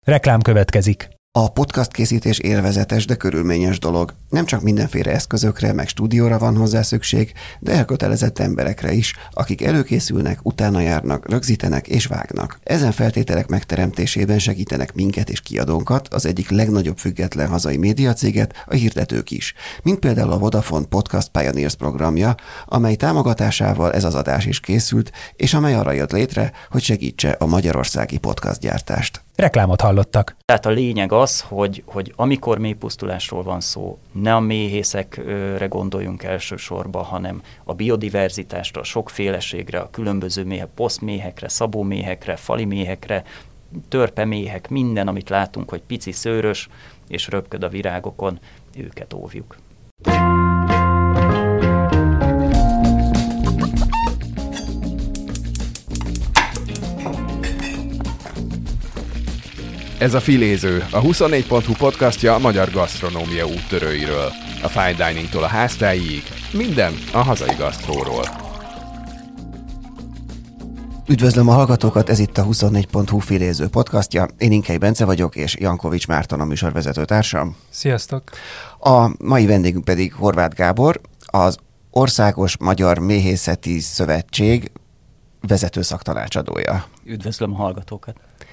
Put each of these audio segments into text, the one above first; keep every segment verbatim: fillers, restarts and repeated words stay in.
Reklám következik. A podcast készítés élvezetes, de körülményes dolog. Nem csak mindenféle eszközökre, meg stúdióra van hozzá szükség, de elkötelezett emberekre is, akik előkészülnek, utána járnak, rögzítenek és vágnak. Ezen feltételek megteremtésében segítenek minket és kiadónkat, az egyik legnagyobb független hazai médiacéget, a hirdetők is. Mint például a Vodafone Podcast Pioneers programja, amely támogatásával ez az adás is készült, és amely arra jött létre, hogy segítse a magyarországi podcastgyártást. Reklámot hallottak. Tehát a lényeg az, hogy, hogy amikor mélypusztulásról van szó, ne a méhészekre gondoljunk elsősorban, hanem a biodiverzitásra, a sokféleségre, a különböző méhek, posztméhekre, szabóméhekre, faliméhekre, törpeméhek, minden, amit látunk, hogy pici szőrös és röpköd a virágokon, őket óvjuk. Ez a Filéző, a huszonnégy pont hu podcastja a magyar gasztronómia úttörőiről. A fine diningtól a háztáig, minden a hazai gasztróról. Üdvözlöm a hallgatókat, ez itt a huszonnégy pont hu Filéző podcastja. Én Inkei Bence vagyok, és Jankovics Márton a műsorvezető társam. Sziasztok! A mai vendégünk pedig Horváth Gábor, az Országos Magyar Méhészeti Szövetség vezető szaktanácsadója. Üdvözlöm a hallgatókat!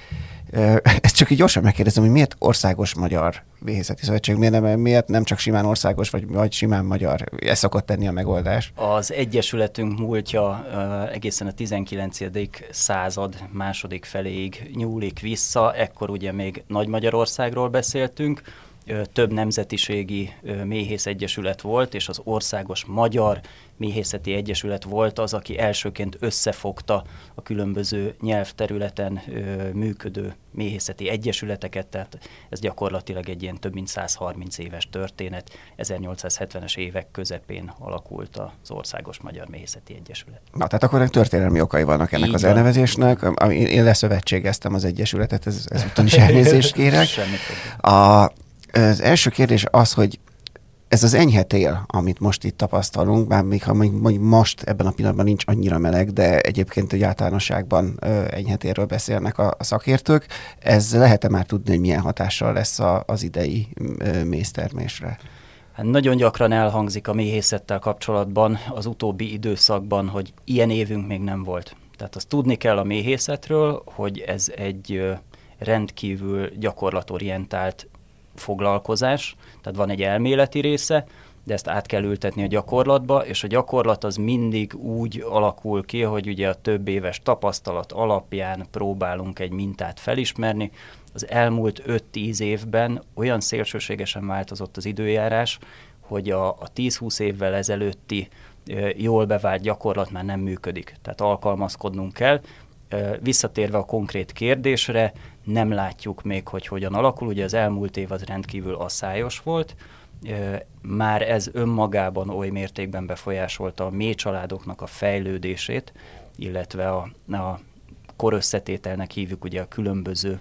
Ezt csak így gyorsan megkérdezem, hogy miért Országos Magyar Méhészeti Szövetség, miért nem, miért nem csak simán országos, vagy, vagy simán magyar? Ez szokott tenni a megoldás. Az Egyesületünk múltja uh, egészen a tizenkilencedik század második feléig nyúlik vissza, ekkor ugye még Nagy Magyarországról beszéltünk, több nemzetiségi méhész egyesület volt, és az Országos Magyar Méhészeti Egyesület volt az, aki elsőként összefogta a különböző nyelvterületen működő méhészeti egyesületeket, tehát ez gyakorlatilag egy ilyen több mint száz harminc éves történet. ezernyolcszázhetvenes évek közepén alakult az Országos Magyar Méhészeti Egyesület. Na, tehát akkor történelmi okai vannak ennek Így az van. elnevezésnek. Én leszövetségeztem az egyesületet, ez, ezúttal is elnézést kérek. Semmi a Az első kérdés az, hogy ez az enyhe tél, amit most itt tapasztalunk, bár még ha még most ebben a pillanatban nincs annyira meleg, de egyébként egy általánosságban enyhe télről beszélnek a, a szakértők, ez lehet-e már tudni, hogy milyen hatással lesz a, az idei méztermésre? Hát nagyon gyakran elhangzik a méhészettel kapcsolatban az utóbbi időszakban, hogy ilyen évünk még nem volt. Tehát azt tudni kell a méhészetről, hogy ez egy rendkívül gyakorlatorientált foglalkozás, tehát van egy elméleti része, de ezt át kell ültetni a gyakorlatba, és a gyakorlat az mindig úgy alakul ki, hogy ugye a több éves tapasztalat alapján próbálunk egy mintát felismerni. Az elmúlt öt-tíz évben olyan szélsőségesen változott az időjárás, hogy a, a tíz-húsz évvel ezelőtti e, jól bevált gyakorlat már nem működik, tehát alkalmazkodnunk kell. E, visszatérve a konkrét kérdésre, nem látjuk még, hogy hogyan alakul. Ugye az elmúlt év az rendkívül asszályos volt. Már ez önmagában oly mértékben befolyásolta a méhcsaládoknak a fejlődését, illetve a, a korösszetételnek hívjuk ugye a különböző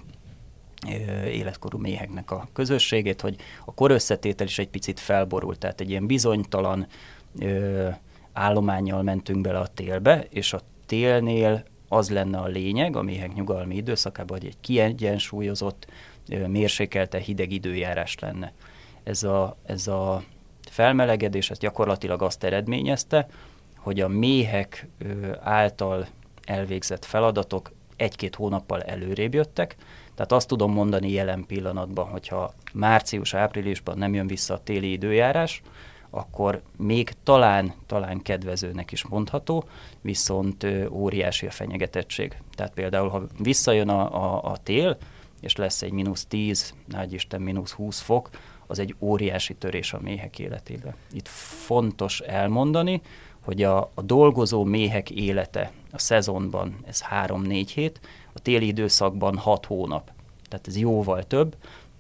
életkorú méheknek a közösségét, hogy a korösszetétel is egy picit felborult, tehát egy ilyen bizonytalan ö, állománnyal mentünk bele a télbe, és a télnél az lenne a lényeg a méhek nyugalmi időszakában, hogy egy kiegyensúlyozott, mérsékelte hideg időjárás lenne. Ez a, ez a felmelegedés ez gyakorlatilag azt eredményezte, hogy a méhek által elvégzett feladatok egy-két hónappal előrébb jöttek. Tehát azt tudom mondani jelen pillanatban, hogyha március-áprilisban nem jön vissza a téli időjárás, akkor még talán, talán kedvezőnek is mondható, viszont ö, óriási a fenyegetettség. Tehát például, ha visszajön a, a, a tél, és lesz egy mínusz tíz, nagyisten mínusz húsz fok, az egy óriási törés a méhek életébe. Itt fontos elmondani, hogy a, a dolgozó méhek élete a szezonban ez három-négy hét, a téli időszakban hat hónap. Tehát ez jóval több.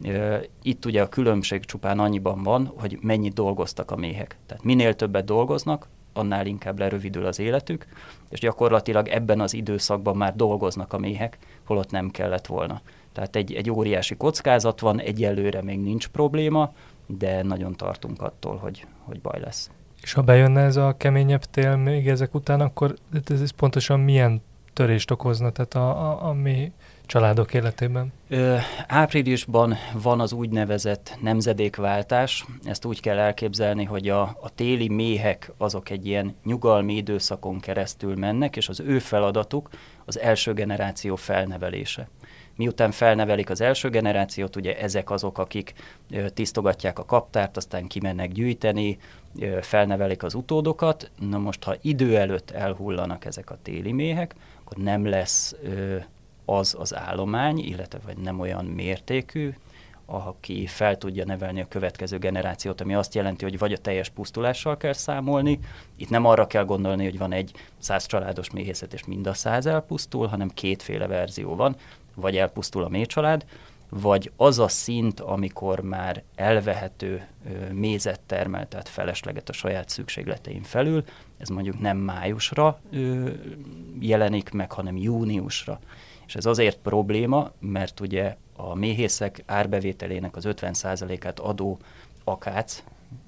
Itt ugye a különbség csupán annyiban van, hogy mennyit dolgoztak a méhek. Tehát minél többet dolgoznak, annál inkább lerövidül az életük, és gyakorlatilag ebben az időszakban már dolgoznak a méhek, holott nem kellett volna. Tehát egy, egy óriási kockázat van, egyelőre még nincs probléma, de nagyon tartunk attól, hogy, hogy baj lesz. És ha bejönne ez a keményebb tél még ezek után, akkor ez, ez pontosan milyen törést okozna? Tehát a, a, a mély családok életében? Ö, áprilisban van az úgynevezett nemzedékváltás. Ezt úgy kell elképzelni, hogy a, a téli méhek azok egy ilyen nyugalmi időszakon keresztül mennek, és az ő feladatuk az első generáció felnevelése. Miután felnevelik az első generációt, ugye ezek azok, akik ö, tisztogatják a kaptárt, aztán kimennek gyűjteni, ö, felnevelik az utódokat. Na most, ha idő előtt elhullanak ezek a téli méhek, akkor nem lesz ö, az az állomány, illetve vagy nem olyan mértékű, aki fel tudja nevelni a következő generációt, ami azt jelenti, hogy vagy a teljes pusztulással kell számolni, itt nem arra kell gondolni, hogy van egy száz családos méhészet, és mind a száz elpusztul, hanem kétféle verzió van, vagy elpusztul a méhcsalád, vagy az a szint, amikor már elvehető ö, mézet termel, tehát felesleget a saját szükségletein felül, ez mondjuk nem májusra ö, jelenik meg, hanem júniusra. És ez azért probléma, mert ugye a méhészek árbevételének az ötven százalékát adó akác,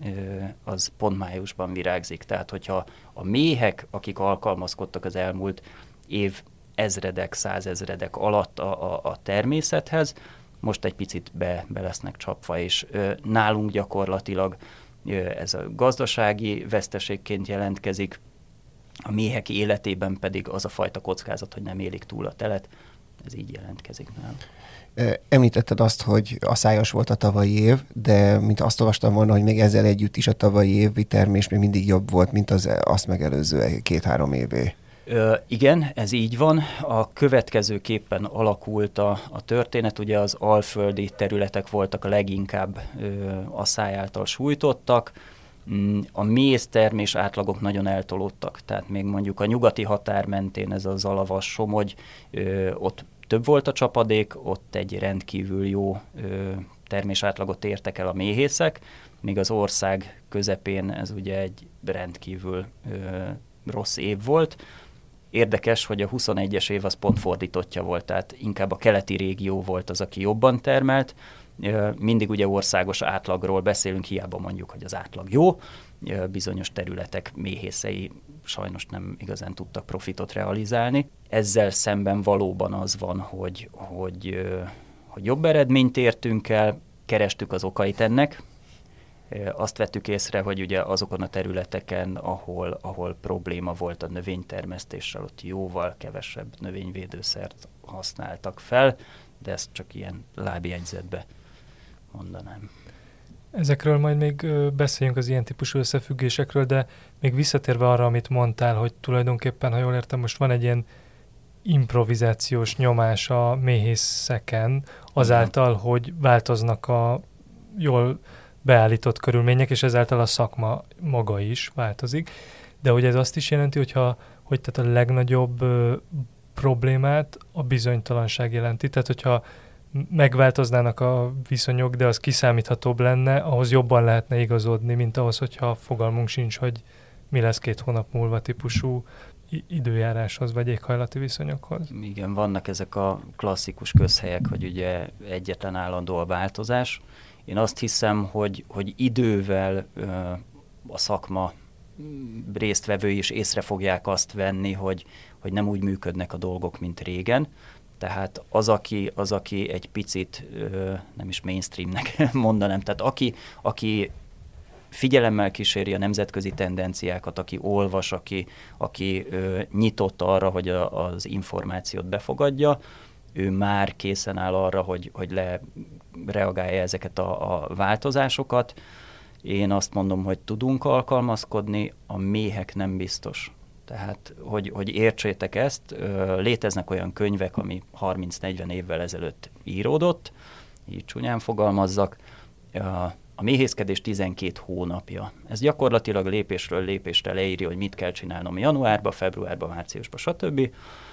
az pont májusban virágzik. Tehát, hogyha a méhek, akik alkalmazkodtak az elmúlt év ezredek, százezredek alatt a, a, a természethez, most egy picit be, be lesznek csapva, és ö, nálunk gyakorlatilag ö, ez a gazdasági veszteségként jelentkezik, a méhek életében pedig az a fajta kockázat, hogy nem élik túl a telet, ez így jelentkezik nálunk. Említetted azt, hogy asszályos volt a tavalyi év, de mint azt olvastam volna, hogy még ezzel együtt is a tavalyi évi termés még mindig jobb volt, mint az azt megelőző két-három évé. Ö, igen, ez így van. A következőképpen alakult a, a történet. Ugye az alföldi területek voltak a leginkább ö, asszály által sújtottak. A méztermés átlagok nagyon eltolódtak, tehát még mondjuk a nyugati határ mentén ez a Zalavas, Somogy, ö, ott több volt a csapadék, ott egy rendkívül jó ö, termésátlagot értek el a méhészek, míg az ország közepén ez ugye egy rendkívül ö, rossz év volt. Érdekes, hogy a huszonegyes év az pont fordítottja volt, tehát inkább a keleti régió volt az, aki jobban termelt. Mindig ugye országos átlagról beszélünk, hiába mondjuk, hogy az átlag jó. Bizonyos területek méhészei sajnos nem igazán tudtak profitot realizálni. Ezzel szemben valóban az van, hogy, hogy, hogy jobb eredményt értünk el, kerestük az okait ennek. Azt vettük észre, hogy ugye azokon a területeken, ahol, ahol probléma volt a növénytermesztéssel, ott jóval kevesebb növényvédőszert használtak fel, de ezt csak ilyen lábjegyzetbe mondanám. Ezekről majd még beszéljünk, az ilyen típusú összefüggésekről, de még visszatérve arra, amit mondtál, hogy tulajdonképpen, ha jól értem, most van egy ilyen improvizációs nyomás a méhészeken, azáltal, hogy változnak a jól beállított körülmények, és ezáltal a szakma maga is változik. De hogy ez azt is jelenti, hogyha, hogy tehát a legnagyobb ö, problémát a bizonytalanság jelenti. Tehát, hogyha megváltoznának a viszonyok, de az kiszámíthatóbb lenne, ahhoz jobban lehetne igazodni, mint ahhoz, hogyha fogalmunk sincs, hogy mi lesz két hónap múlva típusú időjáráshoz vagy éghajlati viszonyokhoz. Igen, vannak ezek a klasszikus közhelyek, hogy ugye egyetlen állandó a változás. Én azt hiszem, hogy, hogy idővel ö, a szakma résztvevői is észre fogják azt venni, hogy, hogy nem úgy működnek a dolgok, mint régen. Tehát az, aki, az, aki egy picit, ö, nem is mainstreamnek mondanám, tehát aki, aki figyelemmel kíséri a nemzetközi tendenciákat, aki olvas, aki, aki ö, nyitott arra, hogy a, az információt befogadja, ő már készen áll arra, hogy, hogy le reagálja ezeket a, a változásokat. Én azt mondom, hogy tudunk alkalmazkodni, a méhek nem biztos. Tehát, hogy, hogy értsétek ezt, léteznek olyan könyvek, ami harminc-negyven évvel ezelőtt íródott, így csúnyán fogalmazzak, a méhészkedés tizenkét hónapja. Ez gyakorlatilag lépésről lépésre leírja, hogy mit kell csinálnom januárba, februárba, márciusba, stb.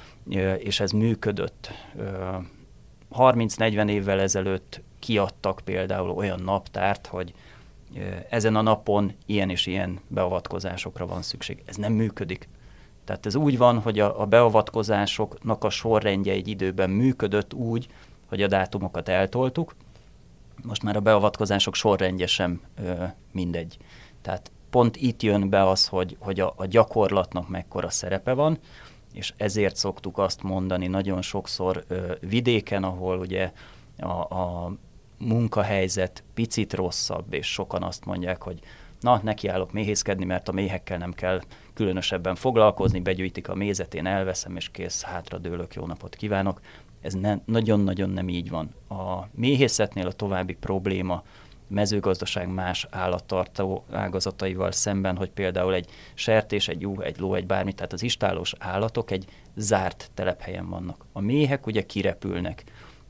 És ez működött. harminc-negyven évvel ezelőtt kiadtak például olyan naptárt, hogy ezen a napon ilyen és ilyen beavatkozásokra van szükség. Ez nem működik. Tehát ez úgy van, hogy a, a beavatkozásoknak a sorrendje egy időben működött úgy, hogy a dátumokat eltoltuk. Most már a beavatkozások sorrendje sem ö, mindegy. Tehát pont itt jön be az, hogy, hogy a, a gyakorlatnak mekkora szerepe van, és ezért szoktuk azt mondani nagyon sokszor ö, vidéken, ahol ugye a, a munkahelyzet picit rosszabb, és sokan azt mondják, hogy na, nekiállok méhészkedni, mert a méhekkel nem kell különösebben foglalkozni, begyűjtik a mézet, én elveszem, és kész, hátradőlök, jó napot kívánok. Ez ne, nagyon-nagyon nem így van. A méhészetnél a további probléma mezőgazdaság más állattartó ágazataival szemben, hogy például egy sertés, egy juh, egy ló, egy bármi, tehát az istállós állatok egy zárt telephelyen vannak. A méhek ugye kirepülnek.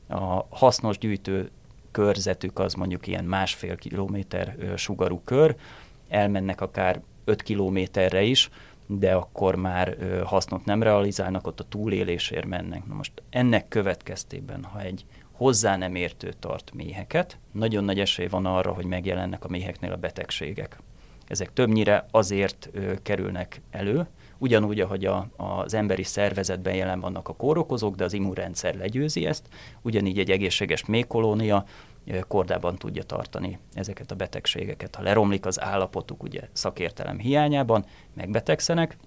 A hasznos gyűjtő körzetük az mondjuk ilyen másfél kilométer sugarú kör, elmennek akár öt kilométerre is, de akkor már ö, hasznot nem realizálnak, ott a túlélésért mennek. Na most ennek következtében, ha egy hozzá nem értő tart méheket, nagyon nagy esély van arra, hogy megjelennek a méheknél a betegségek. Ezek többnyire azért ö, kerülnek elő, ugyanúgy, ahogy a, az emberi szervezetben jelen vannak a kórokozók, de az immunrendszer legyőzi ezt, ugyanígy egy egészséges méhkolónia kordában tudja tartani ezeket a betegségeket. Ha leromlik az állapotuk ugye szakértelem hiányában, megbetegszenek,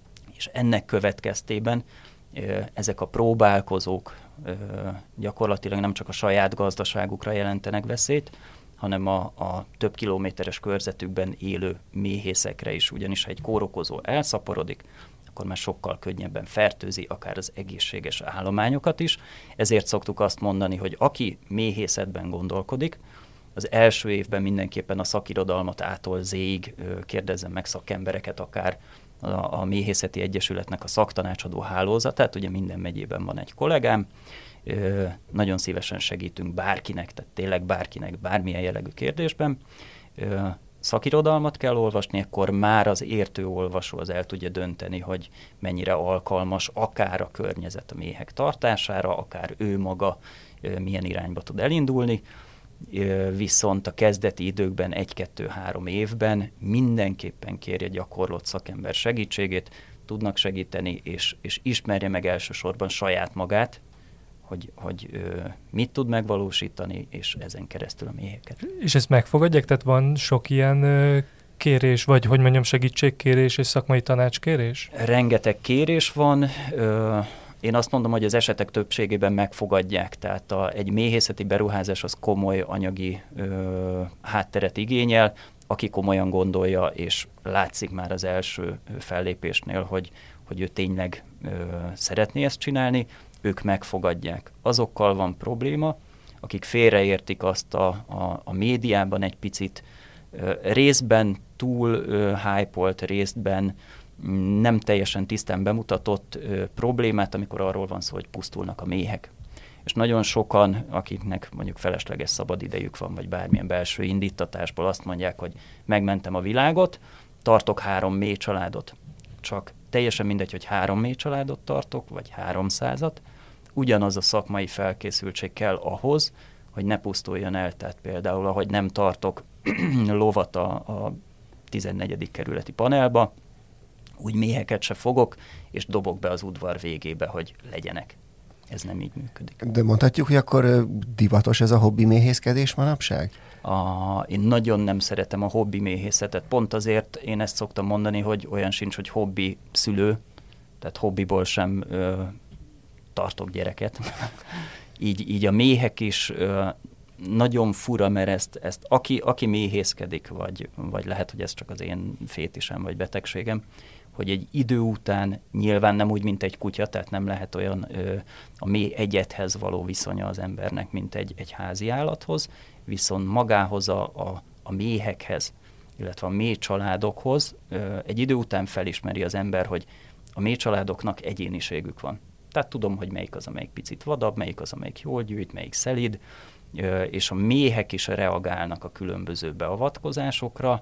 és ennek következtében ezek a próbálkozók gyakorlatilag nem csak a saját gazdaságukra jelentenek veszélyt, hanem a, a több kilométeres körzetükben élő méhészekre is, ugyanis ha egy kórokozó elszaporodik, akkor már sokkal könnyebben fertőzi akár az egészséges állományokat is. Ezért szoktuk azt mondani, hogy aki méhészetben gondolkodik, az első évben mindenképpen a szakirodalmat ától zéig kérdezzen meg szakembereket, akár a, a Méhészeti Egyesületnek a szaktanácsadó hálózatát, ugye minden megyében van egy kollégám, Ö, nagyon szívesen segítünk bárkinek, tehát tényleg bárkinek bármilyen jellegű kérdésben. Ö, szakirodalmat kell olvasni, akkor már az értő olvasó az el tudja dönteni, hogy mennyire alkalmas akár a környezet a méhek tartására, akár ő maga ö, milyen irányba tud elindulni. Ö, viszont a kezdeti időkben, egy-kettő-három évben mindenképpen kérje gyakorlott szakember segítségét, tudnak segíteni, és, és ismerje meg elsősorban saját magát, hogy, hogy ö, mit tud megvalósítani, és ezen keresztül a méheket. És ezt megfogadják? Tehát van sok ilyen ö, kérés, vagy hogy mondjam, segítségkérés és szakmai tanácskérés? Rengeteg kérés van. Ö, én azt mondom, hogy az esetek többségében megfogadják. Tehát a, egy méhészeti beruházás az komoly anyagi ö, hátteret igényel. Aki komolyan gondolja, és látszik már az első fellépésnél, hogy, hogy ő tényleg ö, szeretné ezt csinálni, ők megfogadják. Azokkal van probléma, akik félreértik azt a, a, a médiában egy picit ö, részben túl ö, hype-olt, részben nem teljesen tisztán bemutatott ö, problémát, amikor arról van szó, hogy pusztulnak a méhek. És nagyon sokan, akiknek mondjuk felesleges szabadidejük van, vagy bármilyen belső indítatásból azt mondják, hogy megmentem a világot, tartok három méh családot. Csak teljesen mindegy, hogy három méh családot tartok, vagy háromszázat, ugyanaz a szakmai felkészültség kell ahhoz, hogy ne pusztuljon el. Tehát például, ahogy nem tartok lovat a, a tizennegyedik kerületi panelba, úgy méheket se fogok, és dobok be az udvar végébe, hogy legyenek. Ez nem így működik. De mondhatjuk, hogy akkor divatos ez a hobbi méhészkedés manapság? A, én nagyon nem szeretem a hobbi méhészetet. Pont azért én ezt szoktam mondani, hogy olyan sincs, hogy hobbi szülő, tehát hobbiból sem ö, tartok gyereket. így, így a méhek is ö, nagyon fura, mert ezt, ezt aki, aki méhészkedik, vagy, vagy lehet, hogy ez csak az én fétisem, vagy betegségem, hogy egy idő után nyilván nem úgy, mint egy kutya, tehát nem lehet olyan ö, a méh egyedhez való viszonya az embernek, mint egy, egy házi állathoz, viszont magához a, a, a méhekhez, illetve a méh családokhoz ö, egy idő után felismeri az ember, hogy a méh családoknak egyéniségük van. Tehát tudom, hogy melyik az, amelyik picit vadabb, melyik az, amelyik jól gyűjt, melyik szelíd, ö, és a méhek is reagálnak a különböző beavatkozásokra.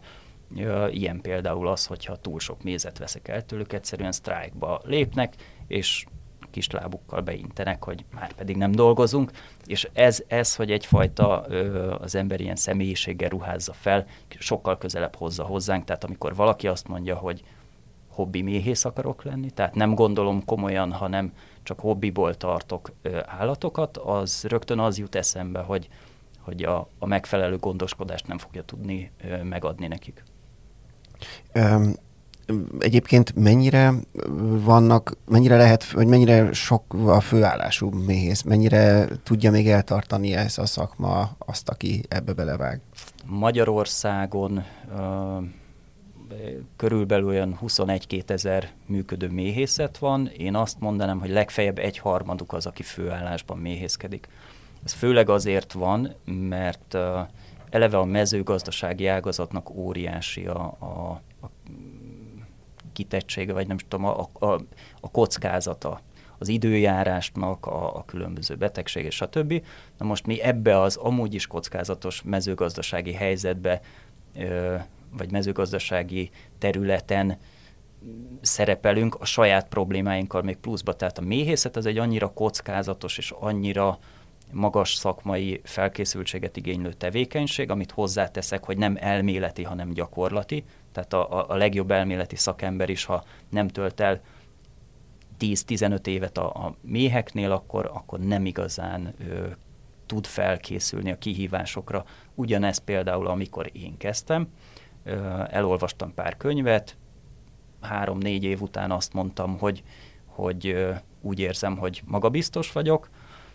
Ilyen például az, hogyha túl sok mézet veszek el tőlük, egyszerűen sztrájkba lépnek, és kis lábukkal beintenek, hogy már pedig nem dolgozunk, és ez, ez hogy egyfajta ö, az ember ilyen személyiséggel ruházza fel, sokkal közelebb hozza hozzánk, tehát amikor valaki azt mondja, hogy hobbi méhész akarok lenni, tehát nem gondolom komolyan, hanem csak hobbiból tartok ö, állatokat, az rögtön az jut eszembe, hogy, hogy a, a megfelelő gondoskodást nem fogja tudni ö, megadni nekik. Um, Egyébként mennyire vannak, mennyire lehet, vagy mennyire sok a főállású méhész, mennyire tudja még eltartani ez a szakma azt, aki ebbe belevág? Magyarországon uh, körülbelül olyan huszonegy-kétezer működő méhészet van. Én azt mondanám, hogy legfeljebb egy harmaduk az, aki főállásban méhészkedik. Ez főleg azért van, mert uh, eleve a mezőgazdasági ágazatnak óriási a, a, a kitettsége, vagy nem tudom, a, a, a kockázata, az időjárásnak, a, a különböző betegségek, stb. Na most mi ebbe az amúgy is kockázatos mezőgazdasági helyzetbe, ö, vagy mezőgazdasági területen szerepelünk a saját problémáinkkal még pluszba. Tehát a méhészet az egy annyira kockázatos és annyira magas szakmai felkészültséget igénylő tevékenység, amit hozzáteszek, hogy nem elméleti, hanem gyakorlati. Tehát a, a legjobb elméleti szakember is, ha nem tölt el tíz-tizenöt évet a, a méheknél, akkor, akkor nem igazán ö, tud felkészülni a kihívásokra. Ugyanez például, amikor én kezdtem, ö, elolvastam pár könyvet, három-négy év után azt mondtam, hogy, hogy ö, úgy érzem, hogy magabiztos vagyok.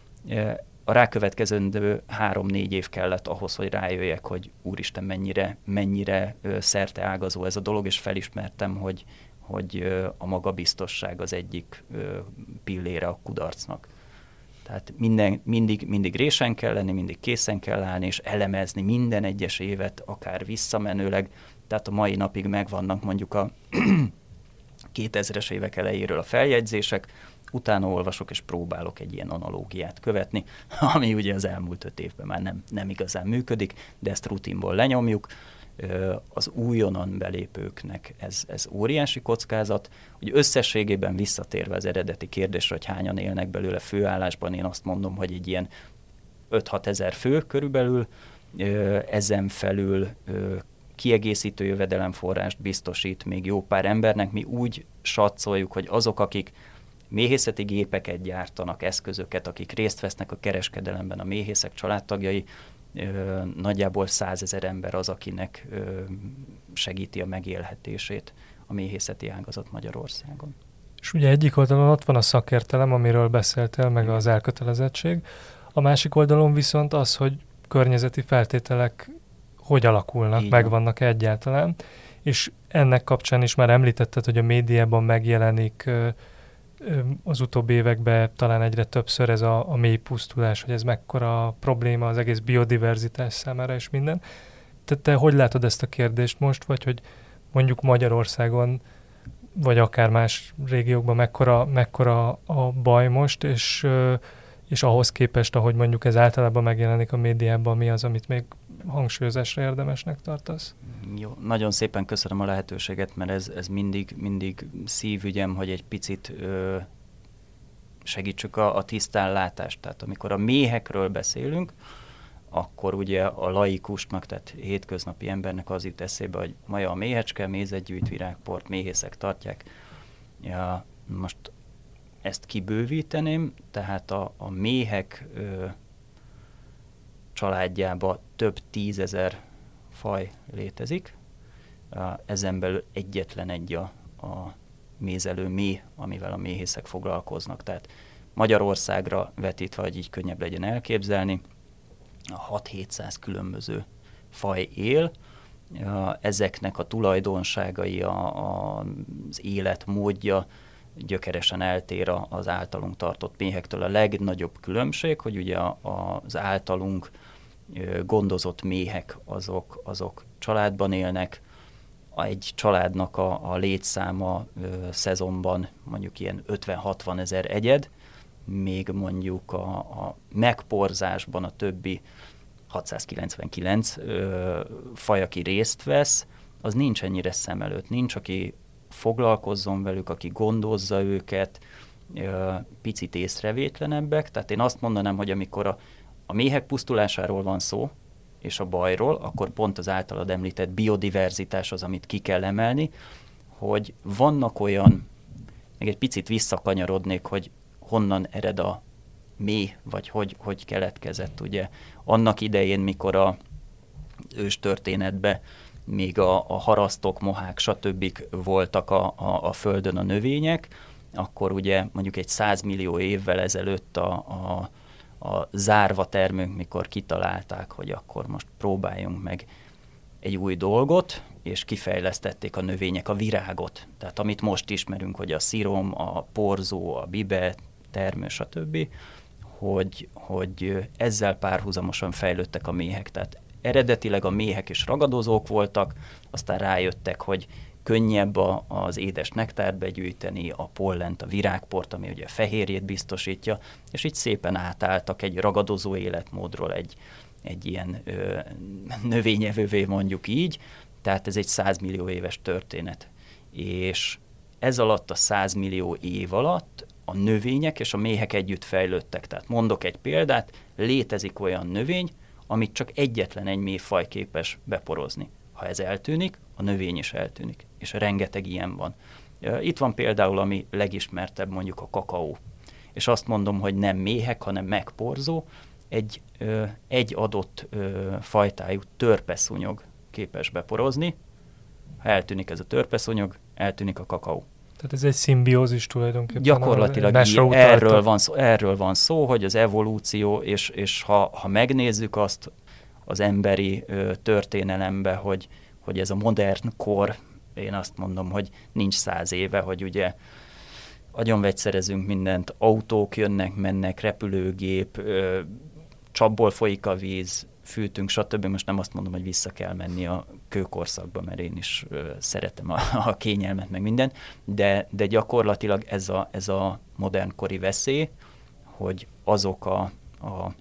A rákövetkezendő három-négy év kellett ahhoz, hogy rájöjjek, hogy úristen, mennyire, mennyire ö, szerteágazó ez a dolog, és felismertem, hogy, hogy ö, a magabiztosság az egyik ö, pillére a kudarcnak. Tehát minden, mindig, mindig résen kell lenni, mindig készen kell állni, és elemezni minden egyes évet, akár visszamenőleg. Tehát a mai napig megvannak mondjuk a kétezres évek elejéről a feljegyzések, utána olvasok és próbálok egy ilyen analógiát követni, ami ugye az elmúlt öt évben már nem, nem igazán működik, de ezt rutinból lenyomjuk. Az újonnan belépőknek ez, ez óriási kockázat, hogy összességében visszatérve az eredeti kérdésre, hogy hányan élnek belőle főállásban, én azt mondom, hogy egy ilyen öt-hat ezer fő körülbelül, ezen felül kiegészítő jövedelemforrást biztosít még jó pár embernek. Mi úgy satszoljuk, hogy azok, akik méhészeti gépeket gyártanak, eszközöket, akik részt vesznek a kereskedelemben, a méhészek családtagjai, ö, nagyjából százezer ember az, akinek ö, segíti a megélhetését a méhészeti ágazat Magyarországon. És ugye egyik oldalon ott van a szakértelem, amiről beszéltél, meg az elkötelezettség. A másik oldalon viszont az, hogy környezeti feltételek hogy alakulnak, így megvannak egyáltalán. És ennek kapcsán is már említetted, hogy a médiában megjelenik ö, az utóbbi években talán egyre többször ez a, a mély pusztulás, hogy ez mekkora probléma az egész biodiverzitás számára és minden. Te, te hogy látod ezt a kérdést most, vagy hogy mondjuk Magyarországon, vagy akár más régiókban mekkora, mekkora a baj most, és, és ahhoz képest, ahogy mondjuk ez általában megjelenik a médiában, mi az, amit még hangsúlyozásra érdemesnek tartasz? Jó, nagyon szépen köszönöm a lehetőséget, mert ez, ez mindig, mindig szívügyem, hogy egy picit ö, segítsük a, a tisztánlátást. Tehát amikor a méhekről beszélünk, akkor ugye a laikusnak, tehát hétköznapi embernek az jut eszébe, hogy maja a méhecske, mézet gyűjt, virágport, méhészek tartják. Ja, most ezt kibővíteném, tehát a, a méhek ö, családjában több tízezer faj létezik, ezen belül egyetlen egy a, a mézelő méh, amivel a méhészek foglalkoznak. Tehát Magyarországra vetítve, hogy így könnyebb legyen elképzelni, hat-hétszáz különböző faj él, ezeknek a tulajdonságai, a, a, az életmódja gyökeresen eltér az általunk tartott méhektől. A legnagyobb különbség, hogy ugye a, a, az általunk gondozott méhek azok, azok családban élnek, egy családnak a, a létszáma ö, szezonban mondjuk ilyen ötven-hatvan ezer egyed, még mondjuk a, a megporzásban a többi hatszázkilencvenkilenc ö, faj, aki részt vesz, az nincs ennyire szem előtt, nincs, aki foglalkozzon velük, aki gondozza őket, ö, picit észrevétlenebbek, tehát én azt mondanám, hogy amikor a A méhek pusztulásáról van szó, és a bajról, akkor pont az általad említett biodiverzitás az, amit ki kell emelni, hogy vannak olyan, még egy picit visszakanyarodnék, hogy honnan ered a méh, vagy hogy, hogy keletkezett. Ugye annak idején, mikor a őstörténetben még a, a harasztok, mohák, stb. Voltak a, a, a földön a növények, akkor ugye mondjuk egy száz millió évvel ezelőtt a, a, a zárva termők, mikor kitalálták, hogy akkor most próbáljunk meg egy új dolgot, és kifejlesztették a növények a virágot. Tehát amit most ismerünk, hogy a szirom, a porzó, a bibe, termő, stb., hogy, hogy ezzel párhuzamosan fejlődtek a méhek. Tehát eredetileg a méhek is ragadozók voltak, aztán rájöttek, hogy könnyebb a, az édes nektárt begyűjteni, a pollent, a virágport, ami ugye a fehérjét biztosítja, és így szépen átálltak egy ragadozó életmódról egy, egy ilyen ö, növényevővé, mondjuk így, tehát ez egy száz millió éves történet. És ez alatt a száz millió év alatt a növények és a méhek együtt fejlődtek. Tehát mondok egy példát, létezik olyan növény, amit csak egyetlen egy méhfaj képes beporozni. Ha ez eltűnik, a növény is eltűnik, és rengeteg ilyen van. Itt van például, ami legismertebb, mondjuk a kakaó. És azt mondom, hogy nem méhek, hanem megporzó, egy, ö, egy adott ö, fajtájú törpeszúnyog képes beporozni. Ha eltűnik ez a törpeszúnyog, eltűnik a kakaó. Tehát ez egy szimbiózis tulajdonképpen. Gyakorlatilag így, erről, van szó, erről van szó, hogy az evolúció, és, és ha, ha megnézzük azt az emberi ö, történelembe, hogy, hogy ez a modern kor, én azt mondom, hogy nincs száz éve, hogy ugye agyonvegyszerezünk mindent, autók jönnek, mennek, repülőgép, ö, csapból folyik a víz, fűtünk, stb. Most nem azt mondom, hogy vissza kell menni a kőkorszakba, mert én is ö, szeretem a, a kényelmet, meg minden, de, de gyakorlatilag ez a, ez a modernkori veszély, hogy azok a, a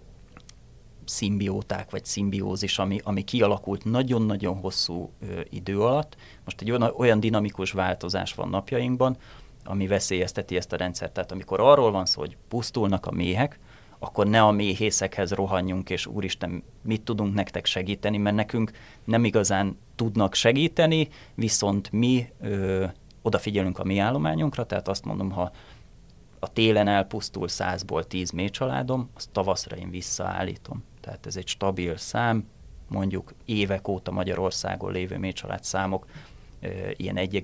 szimbióták, vagy szimbiózis, ami, ami kialakult nagyon-nagyon hosszú ö, idő alatt. Most egy olyan, olyan dinamikus változás van napjainkban, ami veszélyezteti ezt a rendszert. Tehát amikor arról van szó, hogy pusztulnak a méhek, akkor ne a méhészekhez rohanjunk, és úristen, mit tudunk nektek segíteni, mert nekünk nem igazán tudnak segíteni, viszont mi ö, odafigyelünk a mi állományunkra, tehát azt mondom, ha a télen elpusztul százból tíz méhcsaládom, azt tavaszra én visszaállítom. Tehát ez egy stabil szám, mondjuk évek óta Magyarországon lévő méhcsalád számok ö, ilyen egy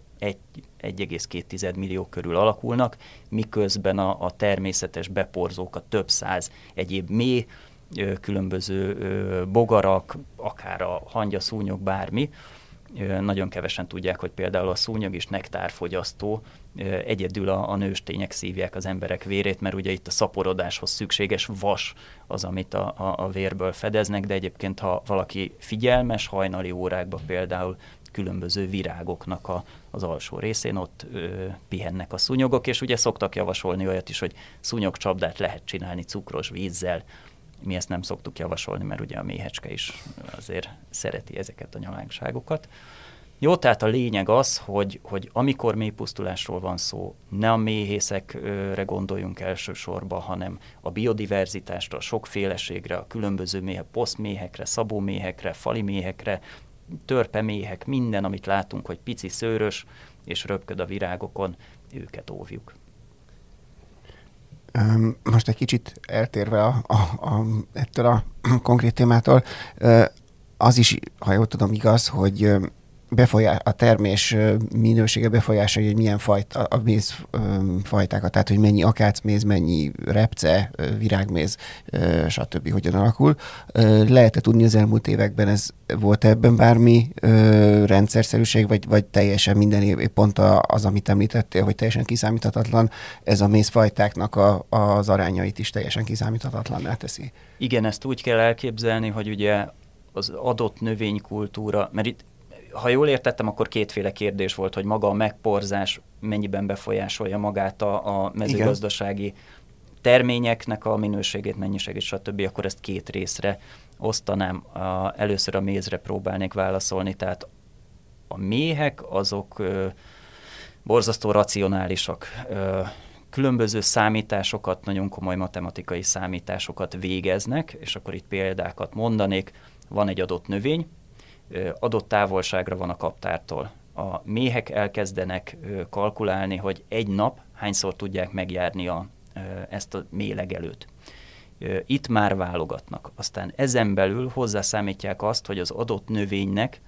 egész két millió körül alakulnak, miközben a, a természetes beporzókat több száz egyéb méh, ö, különböző ö, bogarak, akár a hangyaszúnyog, bármi, ö, nagyon kevesen tudják, hogy például a szúnyog is nektárfogyasztó, ö, egyedül a, a nőstények szívják az emberek vérét, mert ugye itt a szaporodáshoz szükséges vas az, amit a, a, a vérből fedeznek, de egyébként ha valaki figyelmes, hajnali órákban például különböző virágoknak a, az alsó részén ott ö, pihennek a szúnyogok, és ugye szoktak javasolni olyat is, hogy szúnyogcsapdát lehet csinálni cukros vízzel. Mi ezt nem szoktuk javasolni, mert ugye a méhecske is azért szereti ezeket a nyalánkságokat. Jó, tehát a lényeg az, hogy, hogy amikor méhpusztulásról van szó, ne a méhészekre gondoljunk elsősorban, hanem a biodiverzitásra, a sokféleségre, a különböző méhek, posztméhekre, szabóméhekre, faliméhekre, törpeméhek, minden, amit látunk, hogy pici szőrös, és röpköd a virágokon, őket óvjuk. Most egy kicsit eltérve a, a, a, ettől a konkrét témától, az is, ha jól tudom, igaz, hogy befolyás, a termés minősége befolyásolja, hogy milyen fajta, a mézfajtákat, tehát hogy mennyi akácméz, mennyi repce, virágméz, stb. Hogyan alakul. Lehet-e tudni az elmúlt években, ez volt ebben bármi rendszerszerűség, vagy, vagy teljesen minden év, pont az, amit említettél, hogy teljesen kiszámíthatatlan, ez a mézfajtáknak a, az arányait is teljesen kiszámíthatatlanná teszi? Igen, ezt úgy kell elképzelni, hogy ugye az adott növénykultúra, mert itt ha jól értettem, akkor kétféle kérdés volt, hogy maga a megporzás mennyiben befolyásolja magát a, a mezőgazdasági Igen. terményeknek a minőségét, mennyiségét, stb. Akkor ezt két részre osztanám. A, először a mézre próbálnék válaszolni, tehát a méhek azok ö, borzasztó racionálisak. Ö, különböző számításokat, nagyon komoly matematikai számításokat végeznek, és akkor itt példákat mondanék. Van egy adott növény, adott távolságra van a kaptártól. A méhek elkezdenek kalkulálni, hogy egy nap hányszor tudják megjárni a, ezt a méhlegelőt. Itt már válogatnak. Aztán ezen belül hozzászámítják azt, hogy az adott növénynek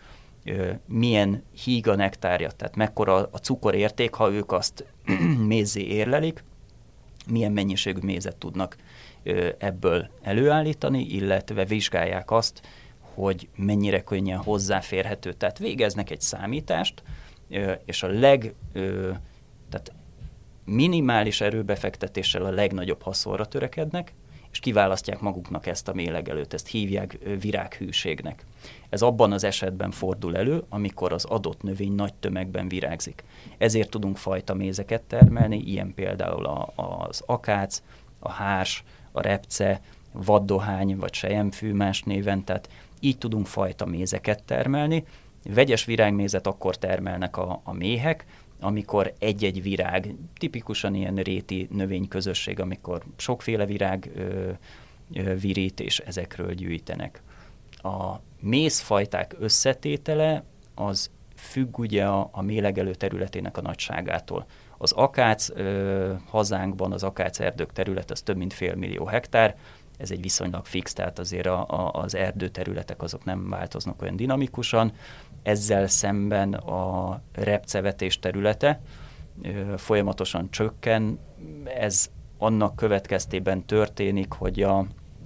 milyen híg a nektárja, tehát mekkora a cukorérték, ha ők azt mézzé érlelik, milyen mennyiségű mézet tudnak ebből előállítani, illetve vizsgálják azt, hogy mennyire könnyen hozzáférhető. Tehát végeznek egy számítást, és a leg, tehát minimális erőbefektetéssel a legnagyobb haszonra törekednek, és kiválasztják maguknak ezt a mélegelőt, ezt hívják virághűségnek. Ez abban az esetben fordul elő, amikor az adott növény nagy tömegben virágzik. Ezért tudunk fajtamézeket termelni, ilyen például a, az akác, a hárs, a repce, vaddohány vagy selyemfű más néven, tehát így tudunk fajtamézeket termelni. Vegyes virágmézet akkor termelnek a, a méhek, amikor egy-egy virág, tipikusan ilyen réti növényközösség, amikor sokféle virág ö, ö, virít, és ezekről gyűjtenek. A mézfajták összetétele az függ ugye a, a mélegelő területének a nagyságától. Az akác ö, hazánkban, az akácerdők terület az több mint fél millió hektár, ez egy viszonylag fix, tehát azért a, a, az erdőterületek azok nem változnak olyan dinamikusan. Ezzel szemben a repcevetés területe ö, folyamatosan csökken. Ez annak következtében történik, hogy a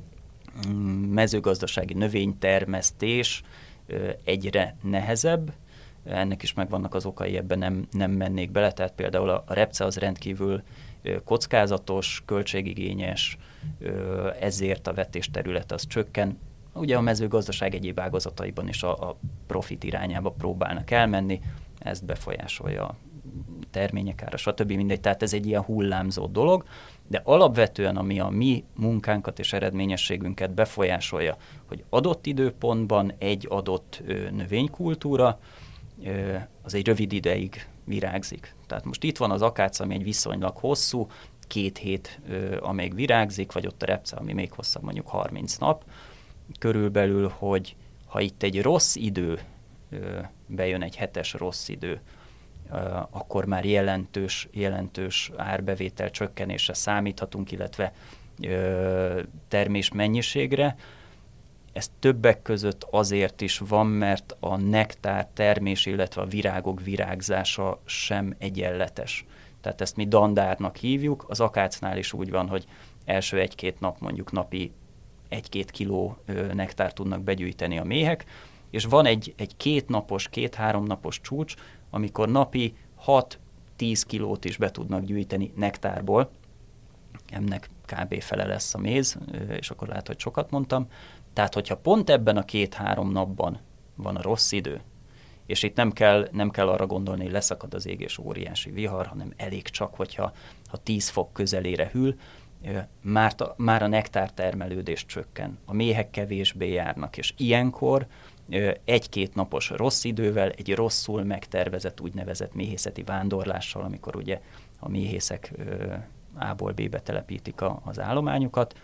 mezőgazdasági növénytermesztés ö, egyre nehezebb. Ennek is megvannak az okai, ebben nem, nem mennék bele, tehát például a, a repce az rendkívül ö, kockázatos, költségigényes, ö, ezért a vetésterület az csökken. Ugye a mezőgazdaság egyéb ágazataiban is a, a profit irányába próbálnak elmenni, ezt befolyásolja a termények ára, stb. Mindegy, tehát ez egy ilyen hullámzó dolog, de alapvetően ami a mi munkánkat és eredményességünket befolyásolja, hogy adott időpontban egy adott ö, növénykultúra, ö, az egy rövid ideig virágzik. Tehát most itt van az akác, ami egy viszonylag hosszú, két hét, ö, amíg virágzik, vagy ott a repce, ami még hosszabb, mondjuk harminc nap, körülbelül, hogy ha itt egy rossz idő, bejön egy hetes rossz idő, akkor már jelentős, jelentős árbevétel csökkenésre számíthatunk, illetve termés mennyiségre. Ez többek között azért is van, mert a nektár termés, illetve a virágok virágzása sem egyenletes. Tehát ezt mi dandárnak hívjuk, az akácnál is úgy van, hogy első egy-két nap, mondjuk napi egy-két kiló nektár tudnak begyűjteni a méhek, és van egy, egy kétnapos, két-három napos csúcs, amikor napi hat-tíz kilót is be tudnak gyűjteni nektárból. Ennek kb. Fele lesz a méz, és akkor lehet, hogy sokat mondtam. Tehát, hogyha pont ebben a két-három napban van a rossz idő, és itt nem kell, nem kell arra gondolni, hogy leszakad az ég és óriási vihar, hanem elég csak, hogyha ha tíz fok közelére hűl, Már, már a nektártermelődés csökken, a méhek kevésbé járnak, és ilyenkor egy-két napos rossz idővel, egy rosszul megtervezett úgynevezett méhészeti vándorlással, amikor ugye a méhészek A-ból B-be telepítik a, az állományukat,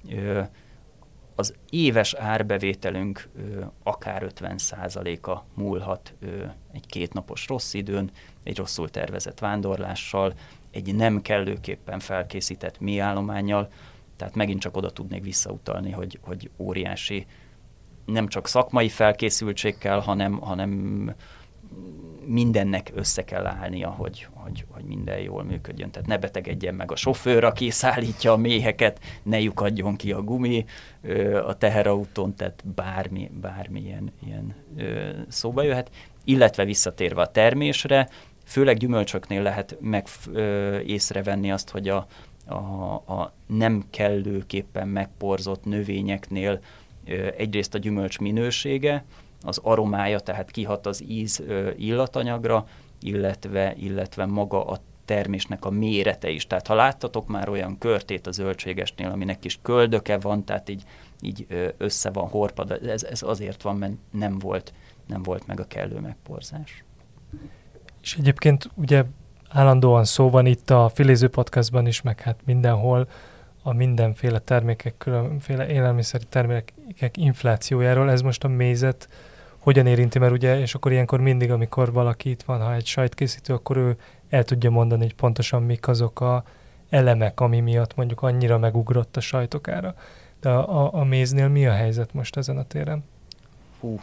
az éves árbevételünk akár ötven százaléka múlhat egy kétnapos rossz időn, egy rosszul tervezett vándorlással, egy nem kellőképpen felkészített mélyállománnyal, tehát megint csak oda tudnék visszautalni, hogy, hogy óriási, nem csak szakmai felkészültség kell, hanem, hanem mindennek össze kell állnia, hogy, hogy, hogy minden jól működjön. Tehát ne betegedjen meg a sofőr, aki szállítja a méheket, ne lyukadjon ki a gumi a teherautón, tehát bármi, bármilyen ilyen szóba jöhet. Illetve visszatérve a termésre, főleg gyümölcsöknél lehet meg ö, észrevenni azt, hogy a, a, a nem kellőképpen megporzott növényeknél ö, egyrészt a gyümölcs minősége, az aromája, tehát kihat az íz ö, illatanyagra, illetve, illetve maga a termésnek a mérete is. Tehát ha láttatok már olyan körtét a zöldségesnél, aminek kis köldöke van, tehát így, így ö, össze van horpad, ez, ez azért van, mert nem volt, nem volt meg a kellő megporzás. És egyébként ugye állandóan szó van itt a Filéző Podcastban is, meg hát mindenhol a mindenféle termékek, különféle élelmiszeri termékek inflációjáról. Ez most a mézet hogyan érinti, mert ugye, és akkor ilyenkor mindig, amikor valaki itt van, ha egy sajtkészítő, akkor ő el tudja mondani, hogy pontosan mik azok a elemek, ami miatt mondjuk annyira megugrott a sajtokára. De a, a, a méznél mi a helyzet most ezen a téren? Hú,